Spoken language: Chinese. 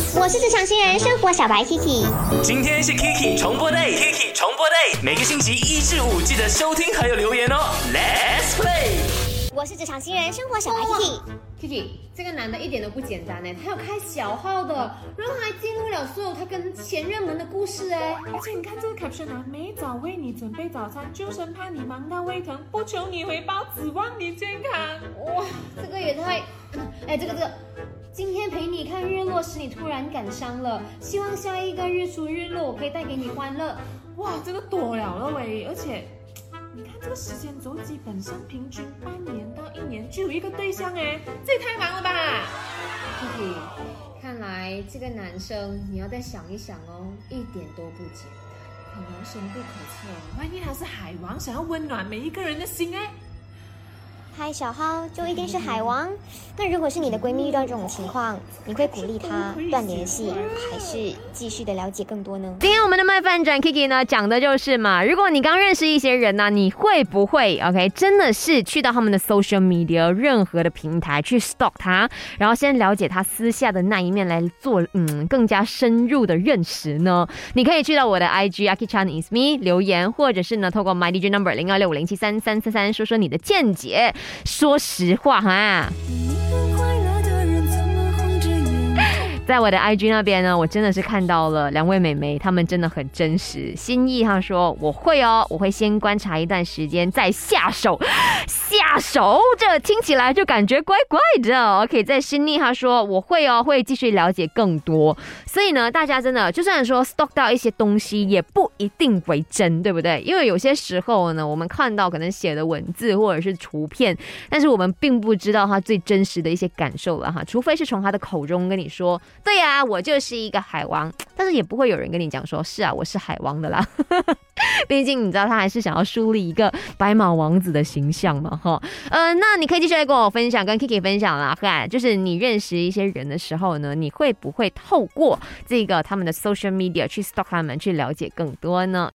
我是职场新人生活小白 Kiki。 今天是 Kiki 重播 day，Kiki 重播 day， 每个星期1至5记得收听还有留言哦。Let's play。 我是职场新人生活小白 Kiki。 这个男的一点都不简单哎，他有开小号的，然后他还记录了所有他跟前任们的故事哎。 而且你看这个 caption 啊，每早为你准备早餐，就生怕你忙到胃疼，不求你回报，指望你健康。 哇，这个也太……哎，这个，今天陪你看日落时，你突然感伤了，希望下一个日出日落我可以带给你欢乐。 哇，这个多了喂，而且。你看这个时间轴基本上平均半年到1年就有一个对象哎，这也太忙了吧 Kiki， 看来这个男生你要再想一想哦，一点都不简单， 可能深不可测。万一他是海王，想要温暖每一个人的心哎。 开小号就一定是海王？那如果是你的闺蜜遇到这种情况，你会鼓励她断联系，还是继续的了解更多呢？ 今天我们的麦饭转 Kiki 呢讲的就是嘛，如果你刚认识一些人呢，你会不会 OK 真的是去到他们的 social media 任何的平台去 stalk 他，然后先了解他私下的那一面来做更加深入的认识呢？你可以去到我的 IG Aki Chan is me 留言，或者是呢透过 My DJ number 0265073333说说你的见解。说实话哈，在我的 IG 那边呢，我真的是看到了2位美眉，她们真的很真实。心意她说我会先观察一段时间再下手，这听起来就感觉怪怪的。OK， 在心意她说我会继续了解更多。所以呢，大家真的就算说 stalk 到一些东西，也不一定为真，对不对？因为有些时候呢，我们看到可能写的文字或者是图片，但是我们并不知道他最真实的一些感受了哈，除非是从他的口中跟你说。对呀，我就是一个海王，但是也不会有人跟你讲说是啊，我是海王的啦。毕竟你知道他还是想要树立一个白马王子的形象嘛哈。那你可以继续来跟我分享，跟 Kiki 分享啦，就是你认识一些人的时候呢，你会不会透过这个他们的 social media 去 stalk 他们，去了解更多呢？